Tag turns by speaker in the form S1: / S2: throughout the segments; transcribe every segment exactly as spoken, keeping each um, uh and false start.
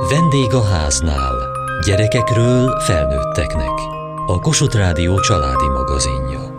S1: Vendég a háznál. Gyerekekről felnőtteknek. A Kossuth Rádió családi magazinja.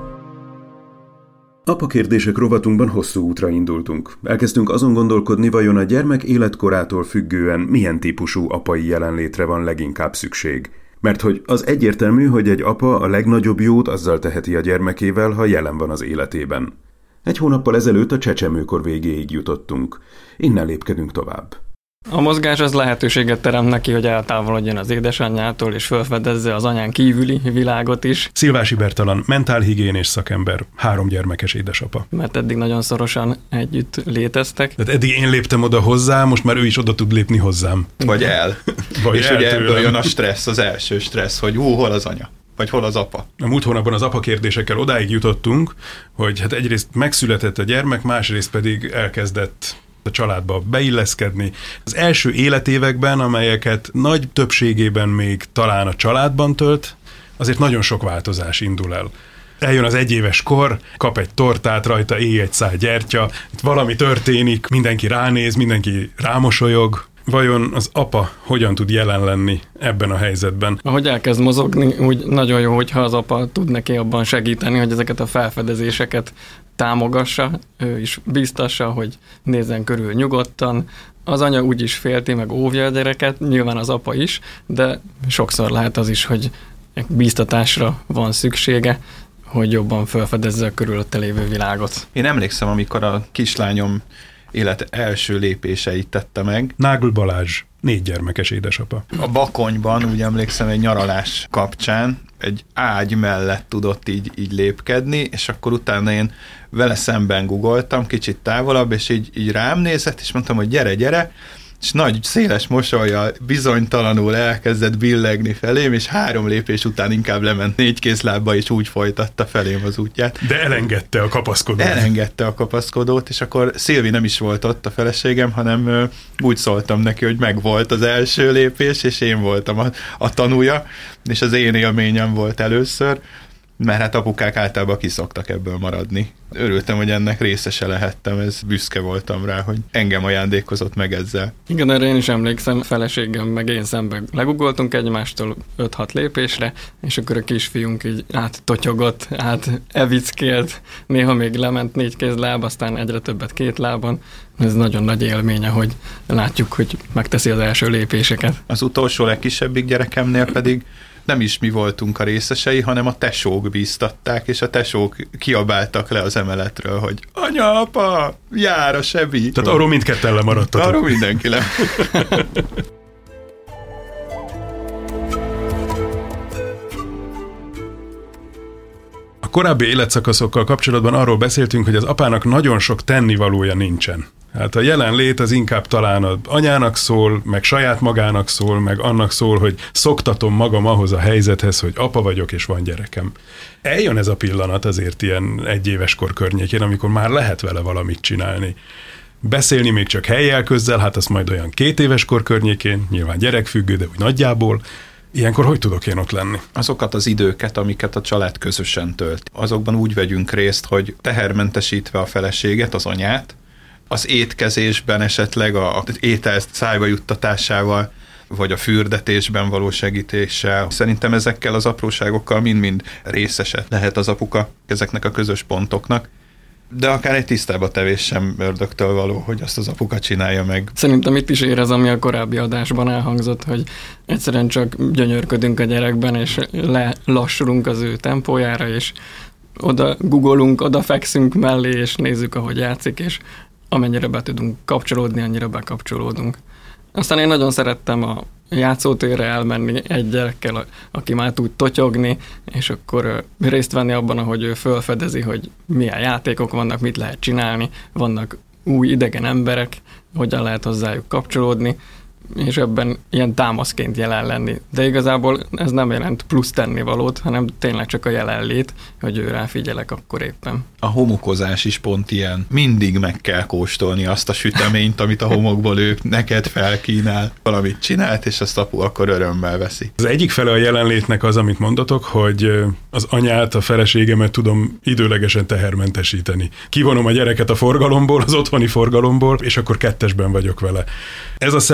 S2: Apakérdések rovatunkban hosszú útra indultunk. Elkezdtünk azon gondolkodni, vajon a gyermek életkorától függően milyen típusú apai jelenlétre van leginkább szükség. Mert hogy az egyértelmű, hogy egy apa a legnagyobb jót azzal teheti a gyermekével, ha jelen van az életében. Egy hónappal ezelőtt a csecsemőkor végéig jutottunk. Innen lépkedünk tovább.
S3: A mozgás az lehetőséget teremt neki, hogy eltávolodjon az édesanyjától, és felfedezze az anyán kívüli világot is.
S2: Szilvási Bertalan, mentálhigiénés szakember, három gyermekes édesapa.
S3: Mert eddig nagyon szorosan együtt léteztek.
S2: Tehát eddig én léptem oda hozzá, most már ő is oda tud lépni hozzám.
S4: Vagy el.
S2: Vagy
S4: és
S2: el
S4: ugye
S2: tőlem.
S4: ebből jön a stressz, az első stressz, hogy ú, hol az anya? Vagy hol az apa?
S2: A múlt hónapban az apa kérdésekkel odáig jutottunk, hogy hát egyrészt megszületett a gyermek, másrészt pedig elkezdett a családba beilleszkedni. Az első életévekben, amelyeket nagy többségében még talán a családban tölt, azért nagyon sok változás indul el. Eljön az egyéves kor, kap egy tortát, rajta éj egy szál gyertya, itt valami történik, mindenki ránéz, mindenki rámosolyog. Vajon az apa hogyan tud jelen lenni ebben a helyzetben?
S3: Ahogy elkezd mozogni, úgy nagyon jó, hogyha az apa tud neki abban segíteni, hogy ezeket a felfedezéseket támogassa, ő is biztassa, hogy nézzen körül nyugodtan. Az anya úgyis félti, meg óvja a gyereket, nyilván az apa is, de sokszor lehet az is, hogy bíztatásra van szüksége, hogy jobban felfedezze a körülötte lévő világot.
S4: Én emlékszem, amikor a kislányom élet első lépéseit tette meg.
S2: Nágl Balázs, négy gyermekes édesapa.
S4: A Bakonyban, úgy emlékszem, egy nyaralás kapcsán egy ágy mellett tudott így, így lépkedni, és akkor utána én vele szemben googoltam, kicsit távolabb, és így, így rám nézett, és mondtam, hogy gyere, gyere, és nagy, széles mosollyal bizonytalanul elkezdett billegni felém, és három lépés után inkább lement négy kézlábba, és úgy folytatta felém az útját.
S2: De elengedte a kapaszkodót.
S4: Elengedte a kapaszkodót, és akkor Szilvi nem is volt ott, a feleségem, hanem ö, úgy szóltam neki, hogy megvolt az első lépés, és én voltam a, a tanúja, és az én élményem volt először, mert hát apukák általában kiszoktak ebből maradni. Örültem, hogy ennek részese lehettem, ez büszke voltam rá, hogy engem ajándékozott meg ezzel.
S3: Igen, erre én is emlékszem, feleségem meg én szemben legugoltunk egymástól öt-hat lépésre, és akkor a kisfiunk így áttotyogott, át evickélt, néha még lement négy kézláb, aztán egyre többet két lábon. Ez nagyon nagy élménye, hogy látjuk, hogy megteszi az első lépéseket.
S4: Az utolsó legkisebbik gyerekemnél pedig nem is mi voltunk a részesei, hanem a tesók bíztatták, és a tesók kiabáltak le az emeletről, hogy anya, apa, jár a sebi.
S2: Tehát arról mindketten lemaradtatok.
S4: Arról mindenki le.
S2: A korábbi életszakaszokkal kapcsolatban arról beszéltünk, hogy az apának nagyon sok tennivalója nincsen. Hát a jelenlét az inkább talán az anyának szól, meg saját magának szól, meg annak szól, hogy szoktatom magam ahhoz a helyzethez, hogy apa vagyok és van gyerekem. Eljön ez a pillanat azért ilyen egyéves kor környékén, amikor már lehet vele valamit csinálni. Beszélni még csak helyjel közzel, hát az majd olyan két éves kor környékén, nyilván gyerekfüggő, de úgy nagyjából. Ilyenkor hogy tudok én ott lenni?
S4: Azokat az időket, amiket a család közösen tölt. Azokban úgy vegyünk részt, hogy tehermentesítve a feleséget, az anyát, az étkezésben esetleg az étel szájba juttatásával, vagy a fürdetésben való segítéssel. Szerintem ezekkel az apróságokkal mind-mind részese lehet az apuka ezeknek a közös pontoknak. De akár egy tisztába tevés sem ördögtől való, hogy azt az apuka csinálja meg.
S3: Szerintem itt is érez, ami a korábbi adásban elhangzott, hogy egyszerűen csak gyönyörködünk a gyerekben, és lelassulunk az ő tempójára, és oda googolunk, oda fekszünk mellé, és nézzük, ahogy játszik, és amennyire be tudunk kapcsolódni, annyira bekapcsolódunk. Aztán én nagyon szerettem a játszótérre elmenni egy gyerekkel, aki már tud totyogni, és akkor részt venni abban, ahogy ő felfedezi, hogy milyen játékok vannak, mit lehet csinálni, vannak új idegen emberek, hogyan lehet hozzájuk kapcsolódni, és ebben ilyen támaszként jelen lenni. De igazából ez nem jelent plusz tennivalót, hanem tényleg csak a jelenlét, hogy ő rá figyelek akkor éppen.
S4: A homokozás is pont ilyen. Mindig meg kell kóstolni azt a süteményt, amit a homokból ő neked felkínál. Valamit csinált, és azt apu akkor örömmel veszi.
S2: Az egyik fele a jelenlétnek az, amit mondatok, hogy az anyát, a feleségemet tudom időlegesen tehermentesíteni. Kivonom a gyereket a forgalomból, az otthoni forgalomból, és akkor kettesben vagyok vele. Ez a szempont az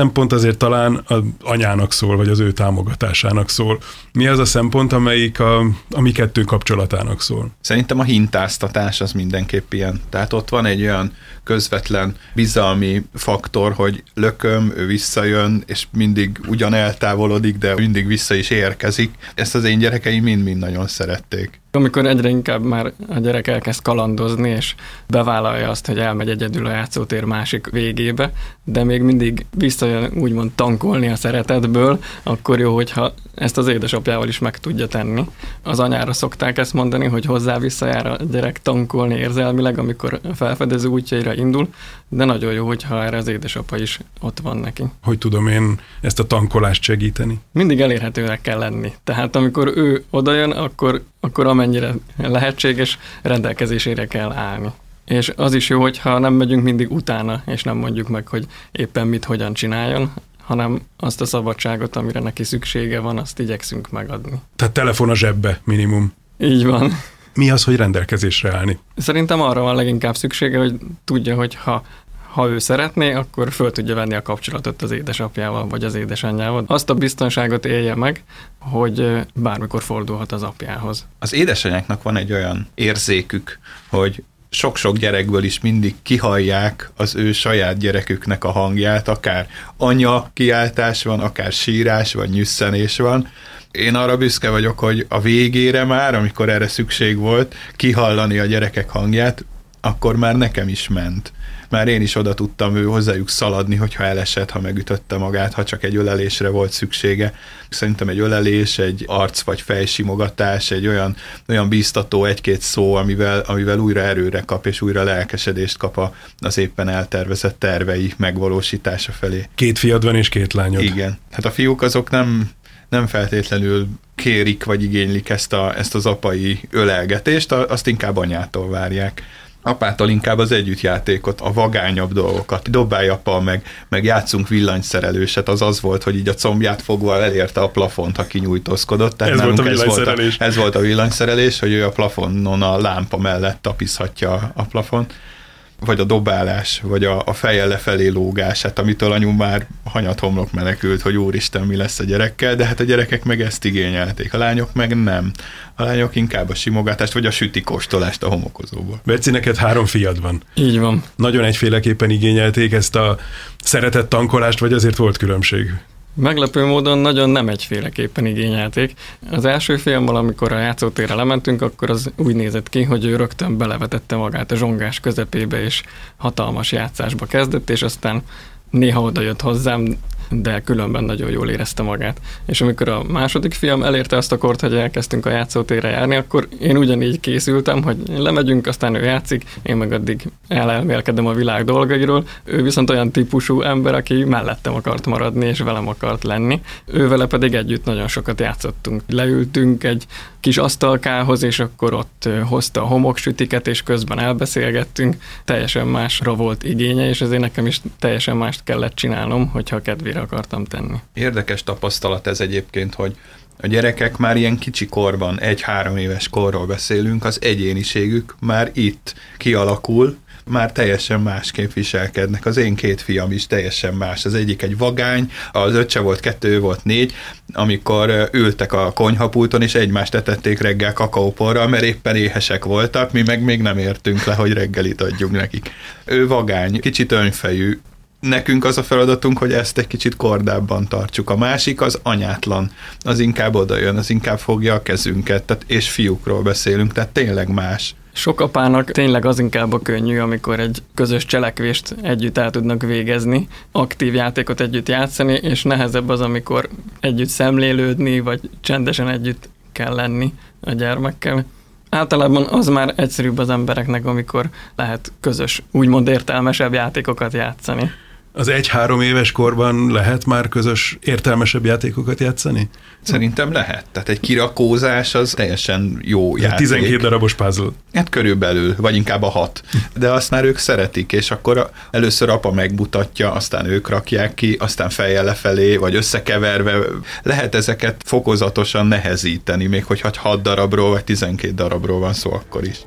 S2: azért talán az anyának szól, vagy az ő támogatásának szól. Mi az a szempont, amelyik a, a mi kettő kapcsolatának szól?
S4: Szerintem a hintáztatás az mindenképp ilyen. Tehát ott van egy olyan közvetlen bizalmi faktor, hogy lököm, ő visszajön, és mindig ugyan eltávolodik, de mindig vissza is érkezik. Ezt az én gyerekeim mind-mind nagyon szerették.
S3: Amikor egyre inkább már a gyerek elkezd kalandozni, és bevállalja azt, hogy elmegy egyedül a játszótér másik végébe, de még mindig visszajön úgymond tankolni a szeretetből, akkor jó, hogyha ezt az édesapjával is meg tudja tenni. Az anyára szokták ezt mondani, hogy hozzá visszajár a gyerek tankolni érzelmileg, amikor a felfedező útjaira indul, de nagyon jó, hogyha erre az édesapa is ott van neki.
S2: Hogy tudom én ezt a tankolást segíteni?
S3: Mindig elérhetőnek kell lenni. Tehát amikor ő odajön, akkor, akkor amennyire lehetséges, rendelkezésére kell állni. És az is jó, hogyha nem megyünk mindig utána, és nem mondjuk meg, hogy éppen mit, hogyan csináljon, hanem azt a szabadságot, amire neki szüksége van, azt igyekszünk megadni.
S2: Tehát telefon a zsebbe minimum.
S3: Így van.
S2: Mi az, hogy rendelkezésre állni?
S3: Szerintem arra van leginkább szüksége, hogy tudja, hogy ha, ha ő szeretné, akkor föl tudja venni a kapcsolatot az édesapjával, vagy az édesanyjával. Azt a biztonságot élje meg, hogy bármikor fordulhat az apjához.
S4: Az édesanyáknak van egy olyan érzékük, hogy sok-sok gyerekből is mindig kihallják az ő saját gyereküknek a hangját, akár anya kiáltás van, akár sírás, vagy nyüsszenés van. Én arra büszke vagyok, hogy a végére már, amikor erre szükség volt, kihallani a gyerekek hangját, akkor már nekem is ment. Már én is oda tudtam ő hozzájuk szaladni, hogyha elesett, ha megütötte magát, ha csak egy ölelésre volt szüksége. Szerintem egy ölelés, egy arc vagy fejsimogatás, egy olyan, olyan bíztató egy-két szó, amivel, amivel újra erőre kap, és újra lelkesedést kap az éppen eltervezett tervei megvalósítása felé.
S2: Két fiad van és két lányod.
S4: Igen. Hát a fiúk azok nem... nem feltétlenül kérik vagy igénylik ezt, a, ezt az apai ölelgetést, azt inkább anyától várják. Apától inkább az együttjátékot, a vagányabb dolgokat. Dobálj apa, meg, meg játszunk villanyszerelőset, az az volt, hogy így a combját fogva elérte a plafont, ha kinyújtózkodott. Tehát
S2: ez, volt a
S4: ez, volt a,
S2: ez
S4: volt a villanyszerelés, hogy ő a plafonon a lámpa mellett tapizhatja a plafont. Vagy a dobálás, vagy a, a fejjel lefelé lógás, hát amitől anyu már hanyathomlok menekült, hogy úristen, mi lesz a gyerekkel, de hát a gyerekek meg ezt igényelték, a lányok meg nem. A lányok inkább a simogatást, vagy a sütikóstolást a homokozóból.
S2: Beci, neked három fiad van.
S3: Így van.
S2: Nagyon egyféleképpen igényelték ezt a szeretett tankolást, vagy azért volt különbség?
S3: Meglepő módon nagyon nem egyféleképpen igényelték. Az első filmmel, amikor a játszótérre lementünk, akkor az úgy nézett ki, hogy ő rögtön belevetette magát a zsongás közepébe, és hatalmas játszásba kezdett, és aztán néha oda jött hozzám, de különben nagyon jól érezte magát. És amikor a második fiam elérte azt a kort, hogy elkezdtünk a játszótérre járni, akkor én ugyanígy készültem, hogy lemegyünk, aztán ő játszik, én meg addig elelmélkedem a világ dolgairól. Ő viszont olyan típusú ember, aki mellettem akart maradni, és velem akart lenni. Ő vele pedig együtt nagyon sokat játszottunk. Leültünk egy kis asztalkához, és akkor ott hozta a homoksütiket, és közben elbeszélgettünk. Teljesen másra volt igénye, és ezért nekem is teljesen mást kellett csinálnom, hogyha kedvére akartam tenni.
S4: Érdekes tapasztalat ez egyébként, hogy a gyerekek már ilyen kicsi korban, egy-három éves korról beszélünk, az egyéniségük már itt kialakul, már teljesen másképp viselkednek. Az én két fiam is teljesen más. Az egyik egy vagány, az öccse volt kettő, ő volt négy, amikor ültek a konyhapulton, és egymást etették reggel kakaóporral, mert éppen éhesek voltak, mi meg még nem értünk le, hogy reggelit adjunk nekik. Ő vagány, kicsit önfejű. Nekünk az a feladatunk, hogy ezt egy kicsit kordábban tartsuk. A másik az anyátlan. Az inkább odajön, az inkább fogja a kezünket, tehát, és fiúkról beszélünk, tehát tényleg más.
S3: Sok apának tényleg az inkább a könnyű, amikor egy közös cselekvést együtt el tudnak végezni, aktív játékot együtt játszani, és nehezebb az, amikor együtt szemlélődni, vagy csendesen együtt kell lenni a gyermekkel. Általában az már egyszerűbb az embereknek, amikor lehet közös, úgymond értelmesebb játékokat játszani.
S2: Az egy-három éves korban lehet már közös, értelmesebb játékokat játszani?
S4: Szerintem lehet. Tehát egy kirakózás az teljesen jó játék.
S2: tizenkét darabos puzzle.
S4: Hát körülbelül, vagy inkább a hat. De azt már ők szeretik, és akkor először apa megmutatja, aztán ők rakják ki, aztán fejjel lefelé, vagy összekeverve. Lehet ezeket fokozatosan nehezíteni, még hogyha hat darabról, vagy tizenkét darabról van szó akkor is.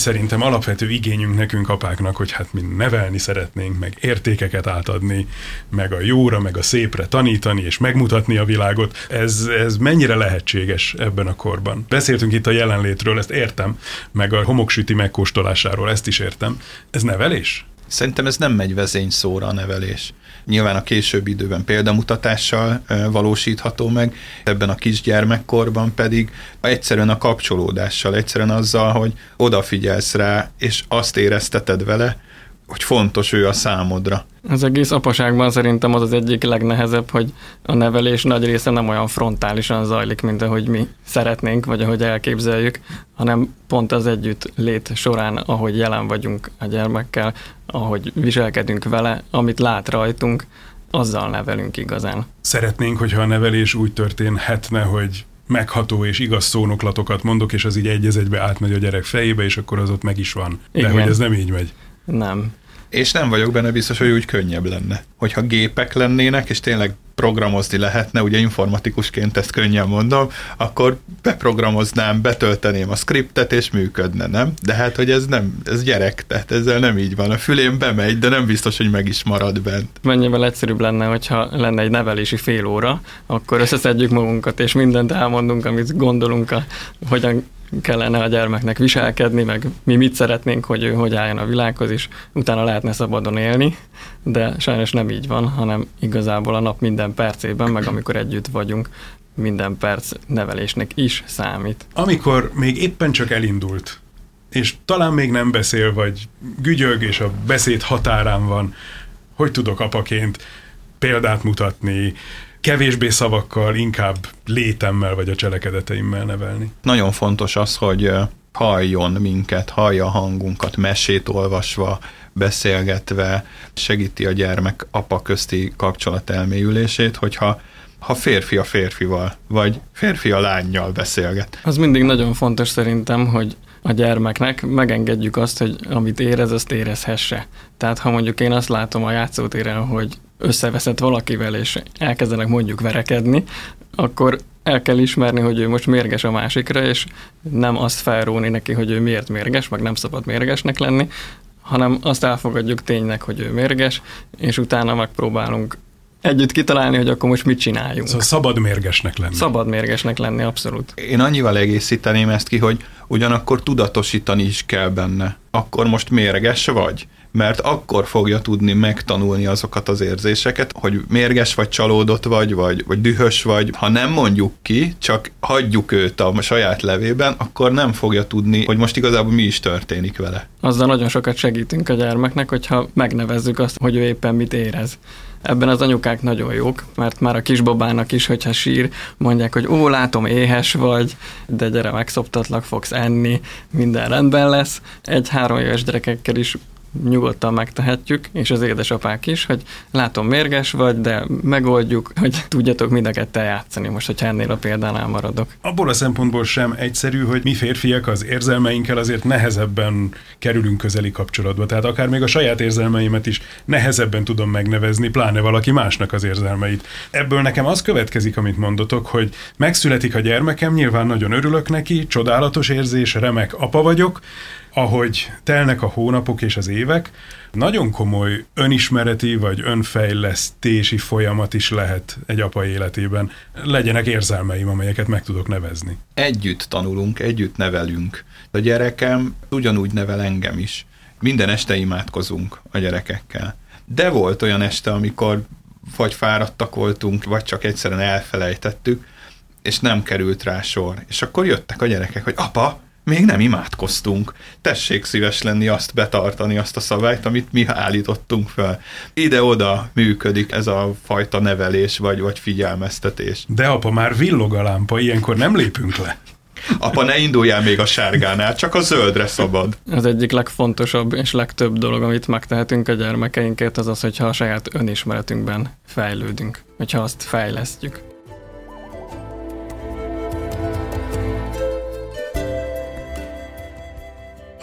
S2: szerintem alapvető igényünk nekünk apáknak, hogy hát mi nevelni szeretnénk, meg értékeket átadni, meg a jóra, meg a szépre tanítani, és megmutatni a világot. Ez, ez mennyire lehetséges ebben a korban? Beszéltünk itt a jelenlétről, ezt értem, meg a homoksüti megkóstolásáról, ezt is értem. Ez nevelés?
S4: Szerintem ez nem megy vezényszóra a nevelés. Nyilván a későbbi időben példamutatással e, valósítható meg, ebben a kisgyermekkorban pedig egyszerűen a kapcsolódással, egyszerűen azzal, hogy odafigyelsz rá, és azt érezteted vele, hogy fontos ő a számodra.
S3: Az egész apaságban szerintem az az egyik legnehezebb, hogy a nevelés nagy része nem olyan frontálisan zajlik, mint ahogy mi szeretnénk, vagy ahogy elképzeljük, hanem pont az együtt lét során, ahogy jelen vagyunk a gyermekkel, ahogy viselkedünk vele, amit lát rajtunk, azzal nevelünk igazán.
S2: Szeretnénk, hogyha a nevelés úgy történhetne, hogy megható és igaz szónoklatokat mondok, és az így egy az egybe átmegy a gyerek fejébe, és akkor az ott meg is van. De
S3: igen.
S2: hogy ez nem így megy.
S3: Nem.
S4: És nem vagyok benne biztos, hogy úgy könnyebb lenne. Hogyha gépek lennének, és tényleg programozni lehetne, ugye informatikusként ezt könnyen mondom, akkor beprogramoznám, betölteném a skriptet, és működne, nem? De hát, hogy ez nem, ez gyerek, tehát ezzel nem így van. A fülén bemegy, de nem biztos, hogy meg is marad bent.
S3: Mennyivel egyszerűbb lenne, hogyha lenne egy nevelési fél óra, akkor összeszedjük magunkat, és mindent elmondunk, amit gondolunk, a, hogyan kellene a gyermeknek viselkedni, meg mi mit szeretnénk, hogy ő hogy álljon a világhoz, és utána lehetne szabadon élni, de sajnos nem így van, hanem igazából a nap minden percében, meg amikor együtt vagyunk, minden perc nevelésnek is számít.
S2: Amikor még éppen csak elindult, és talán még nem beszél, vagy gügyög, és a beszéd határán van, hogy tudok apaként példát mutatni, kevésbé szavakkal, inkább létemmel vagy a cselekedeteimmel nevelni.
S4: Nagyon fontos az, hogy halljon minket, hallja a hangunkat, mesét olvasva, beszélgetve, segíti a gyermek-apa közti kapcsolat elmélyülését, hogyha ha férfi a férfival, vagy férfi a lánnyal beszélget.
S3: Az mindig nagyon fontos szerintem, hogy a gyermeknek megengedjük azt, hogy amit érez, azt érezhesse. Tehát ha mondjuk én azt látom a játszótéren, hogy összeveszett valakivel, és elkezdenek mondjuk verekedni, akkor el kell ismerni, hogy ő most mérges a másikra, és nem azt felróni neki, hogy ő miért mérges, meg nem szabad mérgesnek lenni, hanem azt elfogadjuk tényleg, hogy ő mérges, és utána megpróbálunk együtt kitalálni, hogy akkor most mit csináljunk.
S2: Szóval szabad mérgesnek lenni.
S3: Szabad mérgesnek lenni, abszolút.
S4: Én annyival egészíteném ezt ki, hogy ugyanakkor tudatosítani is kell benne. Akkor most mérges vagy? Mert akkor fogja tudni megtanulni azokat az érzéseket, hogy mérges vagy, csalódott vagy, vagy, vagy dühös vagy. Ha nem mondjuk ki, csak hagyjuk őt a saját levében, akkor nem fogja tudni, hogy most igazából mi is történik vele.
S3: Azzal nagyon sokat segítünk a gyermeknek, hogyha megnevezzük azt, hogy ő éppen mit érez. Ebben az anyukák nagyon jók, mert már a kisbabának is, hogyha sír, mondják, hogy ó, látom, éhes vagy, de gyere, megszoptatlak, fogsz enni, minden rendben lesz. Egy-három éves gyerekekkel is nyugodtan megtehetjük, és az édesapák is, hogy látom, mérges vagy, de megoldjuk, hogy tudjatok mind a ketten játszani, most, hogyha ennél a példánál maradok.
S2: Abból a szempontból sem egyszerű, hogy mi férfiak az érzelmeinkkel azért nehezebben kerülünk közeli kapcsolatba. Tehát akár még a saját érzelmeimet is nehezebben tudom megnevezni, pláne valaki másnak az érzelmeit. Ebből nekem az következik, amit mondotok, hogy megszületik a gyermekem, nyilván nagyon örülök neki, csodálatos érzés, remek apa vagyok, ahogy telnek a hónapok és az évek, nagyon komoly önismereti vagy önfejlesztési folyamat is lehet egy apa életében. Legyenek érzelmeim, amelyeket meg tudok nevezni.
S4: Együtt tanulunk, együtt nevelünk. A gyerekem ugyanúgy nevel engem is. Minden este imádkozunk a gyerekekkel. De volt olyan este, amikor vagy fáradtak voltunk, vagy csak egyszerűen elfelejtettük, és nem került rá sor. És akkor jöttek a gyerekek, hogy apa, még nem imádkoztunk. Tessék szíves lenni, azt betartani, azt a szabályt, amit mi állítottunk fel. Ide-oda működik ez a fajta nevelés, vagy, vagy figyelmeztetés.
S2: De apa, már villog a lámpa, ilyenkor nem lépünk le.
S4: Apa, ne induljál még a sárgánál, csak a zöldre szabad.
S3: Az egyik legfontosabb és legtöbb dolog, amit megtehetünk a gyermekeinkért, az az, hogyha a saját önismeretünkben fejlődünk, hogyha azt fejlesztjük.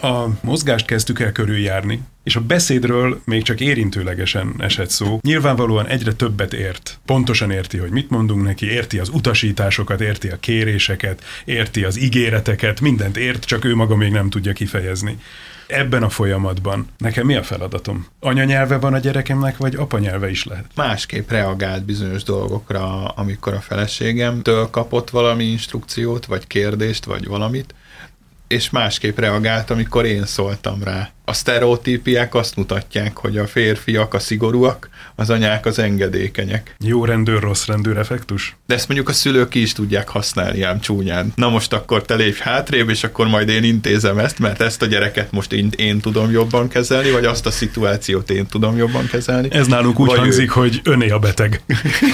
S2: A mozgást kezdtük el körüljárni, és a beszédről még csak érintőlegesen esett szó. Nyilvánvalóan egyre többet ért. Pontosan érti, hogy mit mondunk neki, érti az utasításokat, érti a kéréseket, érti az ígéreteket, mindent ért, csak ő maga még nem tudja kifejezni. Ebben a folyamatban nekem mi a feladatom? Anyanyelve van a gyerekemnek, vagy apanyelve is lehet?
S4: Másképp reagált bizonyos dolgokra, amikor a feleségemtől kapott valami instrukciót, vagy kérdést, vagy valamit, és másképp reagált, amikor én szóltam rá. A sztereotípiák azt mutatják, hogy a férfiak a szigorúak, az anyák az engedékenyek.
S2: Jó rendőr, rossz rendőr effektus?
S4: De ezt mondjuk a szülők ki is tudják használni ám csúnyán. Na most akkor te lépj hátrébb, és akkor majd én intézem ezt, mert ezt a gyereket most én, én tudom jobban kezelni, vagy azt a szituációt én tudom jobban kezelni.
S2: Ez nálunk úgy
S4: vagy
S2: hangzik,
S4: ő...
S2: hogy öné a beteg.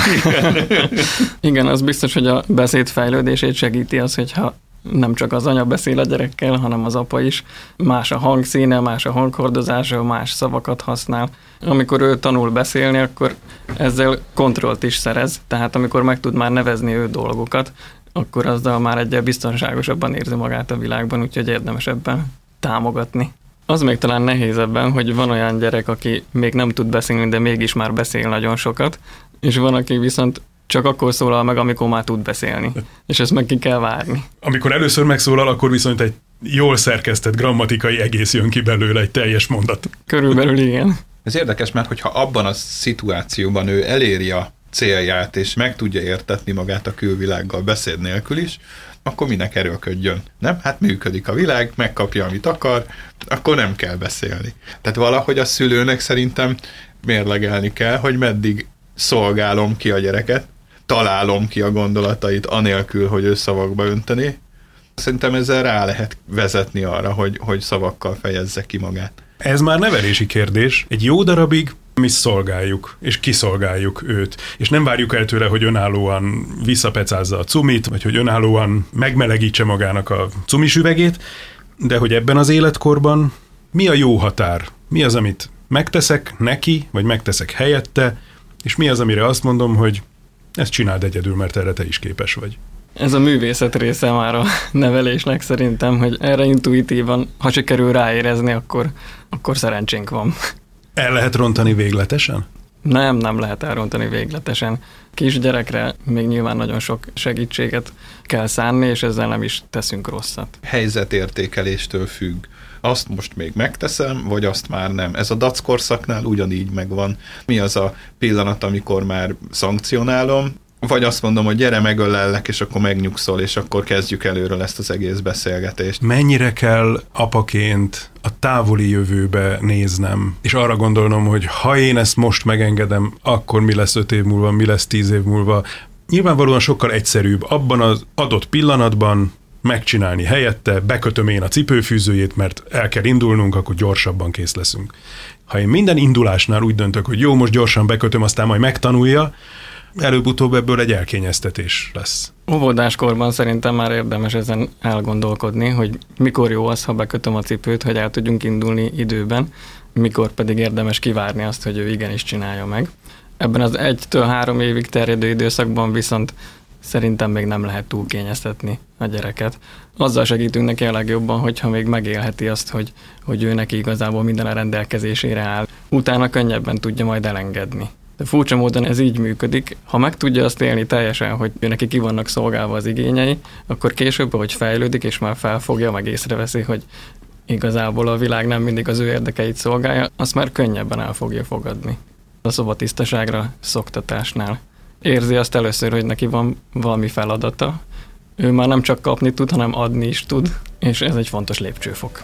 S3: Igen, az biztos, hogy a beszéd fejlődését segíti az, hogyha nem csak az anya beszél a gyerekkel, hanem az apa is. Más a hangszíne, más a hanghordozása, más szavakat használ. Amikor ő tanul beszélni, akkor ezzel kontrollt is szerez, tehát amikor meg tud már nevezni ő dolgokat, akkor azzal már egyel biztonságosabban érzi magát a világban, úgyhogy érdemes ebben támogatni. Az még talán nehéz ebben, hogy van olyan gyerek, aki még nem tud beszélni, de mégis már beszél nagyon sokat, és van, aki viszont csak akkor szólal meg, amikor már tud beszélni. És ezt meg ki kell várni.
S2: Amikor először megszólal, akkor viszont egy jól szerkesztett grammatikai egész jön ki belőle, egy teljes mondat.
S3: Körülbelül igen.
S4: Ez érdekes, mert hogyha abban a szituációban ő eléri a célját, és meg tudja értetni magát a külvilággal beszéd nélkül is, akkor minek erőlködjön. Nem? Hát működik a világ, megkapja, amit akar, akkor nem kell beszélni. Tehát valahogy a szülőnek szerintem mérlegelni kell, hogy meddig szolgálom ki a gyereket, találom ki a gondolatait anélkül, hogy ő szavakba önteni. Szerintem ezzel rá lehet vezetni arra, hogy, hogy szavakkal fejezze ki magát.
S2: Ez már nevelési kérdés. Egy jó darabig mi szolgáljuk, és kiszolgáljuk őt. És nem várjuk el tőle, hogy önállóan visszapecázza a cumit, vagy hogy önállóan megmelegítse magának a cumis üvegét, de hogy ebben az életkorban mi a jó határ? Mi az, amit megteszek neki, vagy megteszek helyette, és mi az, amire azt mondom, hogy ezt csináld egyedül, mert erre te is képes vagy.
S3: Ez a művészet része már a nevelésnek szerintem, hogy erre intuitívan, ha sikerül ráérezni, akkor, akkor szerencsénk van.
S2: El lehet rontani végletesen?
S3: Nem, nem lehet elrontani végletesen. Kisgyerekre még nyilván nagyon sok segítséget kell szánni, és ezzel nem is teszünk rosszat.
S4: Helyzetértékeléstől függ. Azt most még megteszem, vagy azt már nem. Ez a dac korszaknál ugyanígy megvan. Mi az a pillanat, amikor már szankcionálom, vagy azt mondom, hogy gyere, megölellek, és akkor megnyugszol, és akkor kezdjük előről ezt az egész beszélgetést.
S2: Mennyire kell apaként a távoli jövőbe néznem, és arra gondolnom, hogy ha én ezt most megengedem, akkor mi lesz öt év múlva, mi lesz tíz év múlva. Nyilvánvalóan sokkal egyszerűbb abban az adott pillanatban megcsinálni helyette, bekötöm én a cipőfűzőjét, mert el kell indulnunk, akkor gyorsabban kész leszünk. Ha én minden indulásnál úgy döntök, hogy jó, most gyorsan bekötöm, aztán majd megtanulja, előbb-utóbb ebből egy elkényeztetés lesz.
S3: Óvodáskorban szerintem már érdemes ezen elgondolkodni, hogy mikor jó az, ha bekötöm a cipőt, hogy el tudjunk indulni időben, mikor pedig érdemes kivárni azt, hogy ő igenis csinálja meg. Ebben az egytől három évig terjedő időszakban viszont szerintem még nem lehet túl kényeztetni a gyereket. Azzal segítünk neki a legjobban, hogyha még megélheti azt, hogy, hogy ő neki igazából minden a rendelkezésére áll. Utána könnyebben tudja majd elengedni. De furcsa módon ez így működik. Ha meg tudja azt élni teljesen, hogy ő neki ki vannak szolgálva az igényei, akkor később, ahogy fejlődik, és már felfogja, meg észreveszi, hogy igazából a világ nem mindig az ő érdekeit szolgálja, azt már könnyebben el fogja fogadni. A szobatisztaságra szoktatásnál érzi azt először, hogy neki van valami feladata. Ő már nem csak kapni tud, hanem adni is tud, és ez egy fontos lépcsőfok.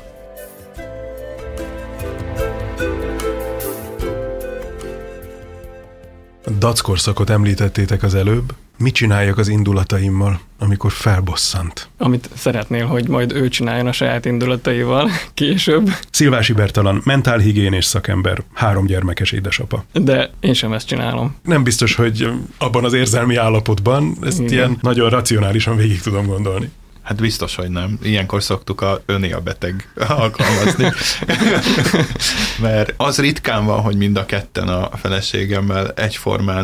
S2: A dackorszakot említettétek az előbb. Mit csináljak az indulataimmal, amikor felbosszant?
S3: Amit szeretnél, hogy majd ő csináljon a saját indulataival később.
S2: Szilvási Bertalan, mentálhigiénés szakember, három gyermekes édesapa.
S3: De én sem ezt csinálom.
S2: Nem biztos, hogy abban az érzelmi állapotban ezt igen. Ilyen nagyon racionálisan végig tudom gondolni.
S4: Hát biztos, hogy nem. Ilyenkor szoktuk a öné a beteg alkalmazni. Mert az ritkán van, hogy mind a ketten a feleségemmel egyformán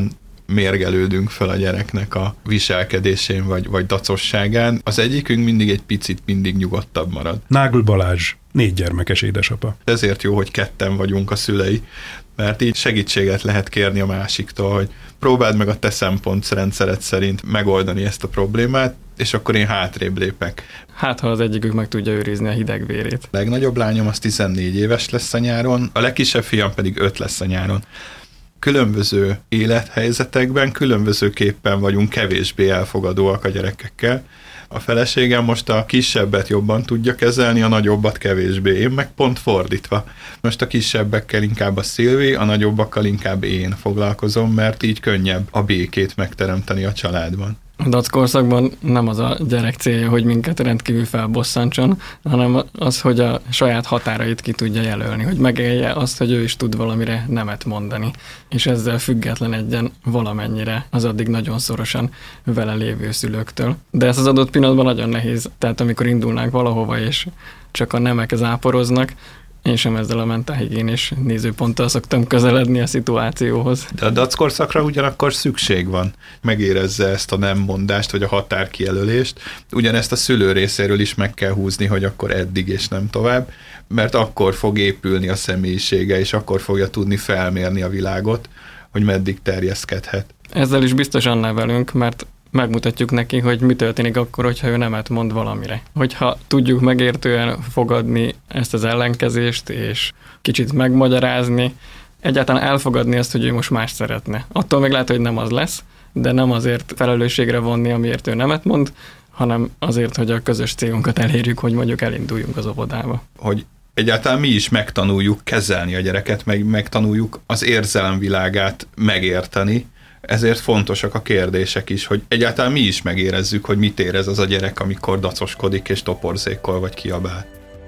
S4: mérgelődünk fel a gyereknek a viselkedésén vagy, vagy dacosságán. Az egyikünk mindig egy picit mindig nyugodtabb marad.
S2: Nágl Balázs, négy gyermekes édesapa.
S4: Ezért jó, hogy ketten vagyunk a szülei, mert így segítséget lehet kérni a másiktól, hogy próbáld meg a te szempontrendszered szerint megoldani ezt a problémát, és akkor én hátrébb lépek.
S3: Hát, ha az egyikük meg tudja őrizni a hideg vérét.
S4: A legnagyobb lányom az tizennégy éves lesz a nyáron, a legkisebb fiam pedig öt lesz a nyáron. Különböző élethelyzetekben különbözőképpen vagyunk kevésbé elfogadóak a gyerekekkel. A feleségem most a kisebbet jobban tudja kezelni, a nagyobbat kevésbé. Én meg pont fordítva. Most a kisebbekkel inkább a Szilvi, a nagyobbakkal inkább én foglalkozom, mert így könnyebb a békét megteremteni a családban.
S3: A dac korszakban nem az a gyerek célja, hogy minket rendkívül felbosszantson, hanem az, hogy a saját határait ki tudja jelölni, hogy megélje azt, hogy ő is tud valamire nemet mondani, és ezzel függetlenedjen valamennyire az addig nagyon szorosan vele lévő szülőktől. De ez az adott pillanatban nagyon nehéz, tehát amikor indulnánk valahova, és csak a nemek záporoznak, én sem ezzel a mentálhigiénés nézőponttal szoktam közeledni a szituációhoz.
S4: De a dac korszakra ugyanakkor szükség van. Megérezze ezt a nem mondást, vagy a határkijelölést. Ugyanezt a szülő részéről is meg kell húzni, hogy akkor eddig és nem tovább, mert akkor fog épülni a személyisége, és akkor fogja tudni felmérni a világot, hogy meddig terjeszkedhet.
S3: Ezzel is biztosan nevelünk, mert megmutatjuk neki, hogy mi történik akkor, hogyha ő nemet mond valamire. Hogyha tudjuk megértően fogadni ezt az ellenkezést, és kicsit megmagyarázni, egyáltalán elfogadni azt, hogy ő most más szeretne. Attól még lehet, hogy nem az lesz, de nem azért felelősségre vonni, amiért ő nemet mond, hanem azért, hogy a közös célunkat elérjük, hogy mondjuk elinduljunk az óvodába.
S4: Hogy egyáltalán mi is megtanuljuk kezelni a gyereket, meg megtanuljuk az érzelemvilágát megérteni, ezért fontosak a kérdések is, hogy egyáltalán mi is megérezzük, hogy mit érez az a gyerek, amikor dacoskodik és toporzékol vagy kiabál.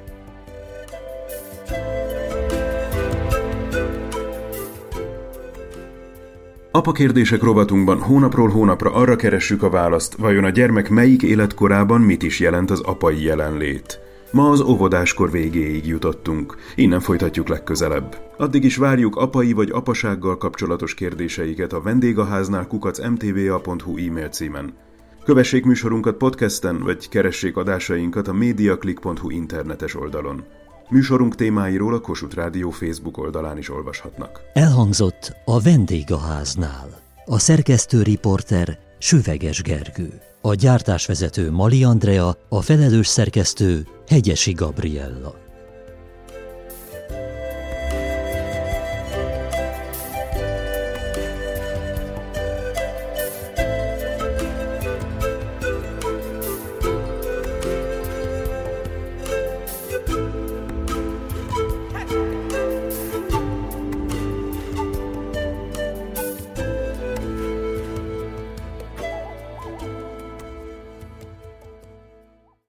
S5: Apa kérdések rovatunkban hónapról hónapra arra keressük a választ, vajon a gyermek melyik életkorában mit is jelent az apai jelenlét. Ma az óvodáskor végéig jutottunk, innen folytatjuk legközelebb. Addig is várjuk apai vagy apasággal kapcsolatos kérdéseiket a vendégháznál kukac em té vé á pont hú e-mail címen. Kövessék műsorunkat podcasten, vagy keressék adásainkat a mediaclick pont hú internetes oldalon. Műsorunk témáiról a Kossuth Rádió Facebook oldalán is olvashatnak.
S1: Elhangzott a vendégháznál. A szerkesztő riporter Süveges Gergő. A gyártásvezető Mali Andrea, a felelős szerkesztő Hegyesi Gabriella.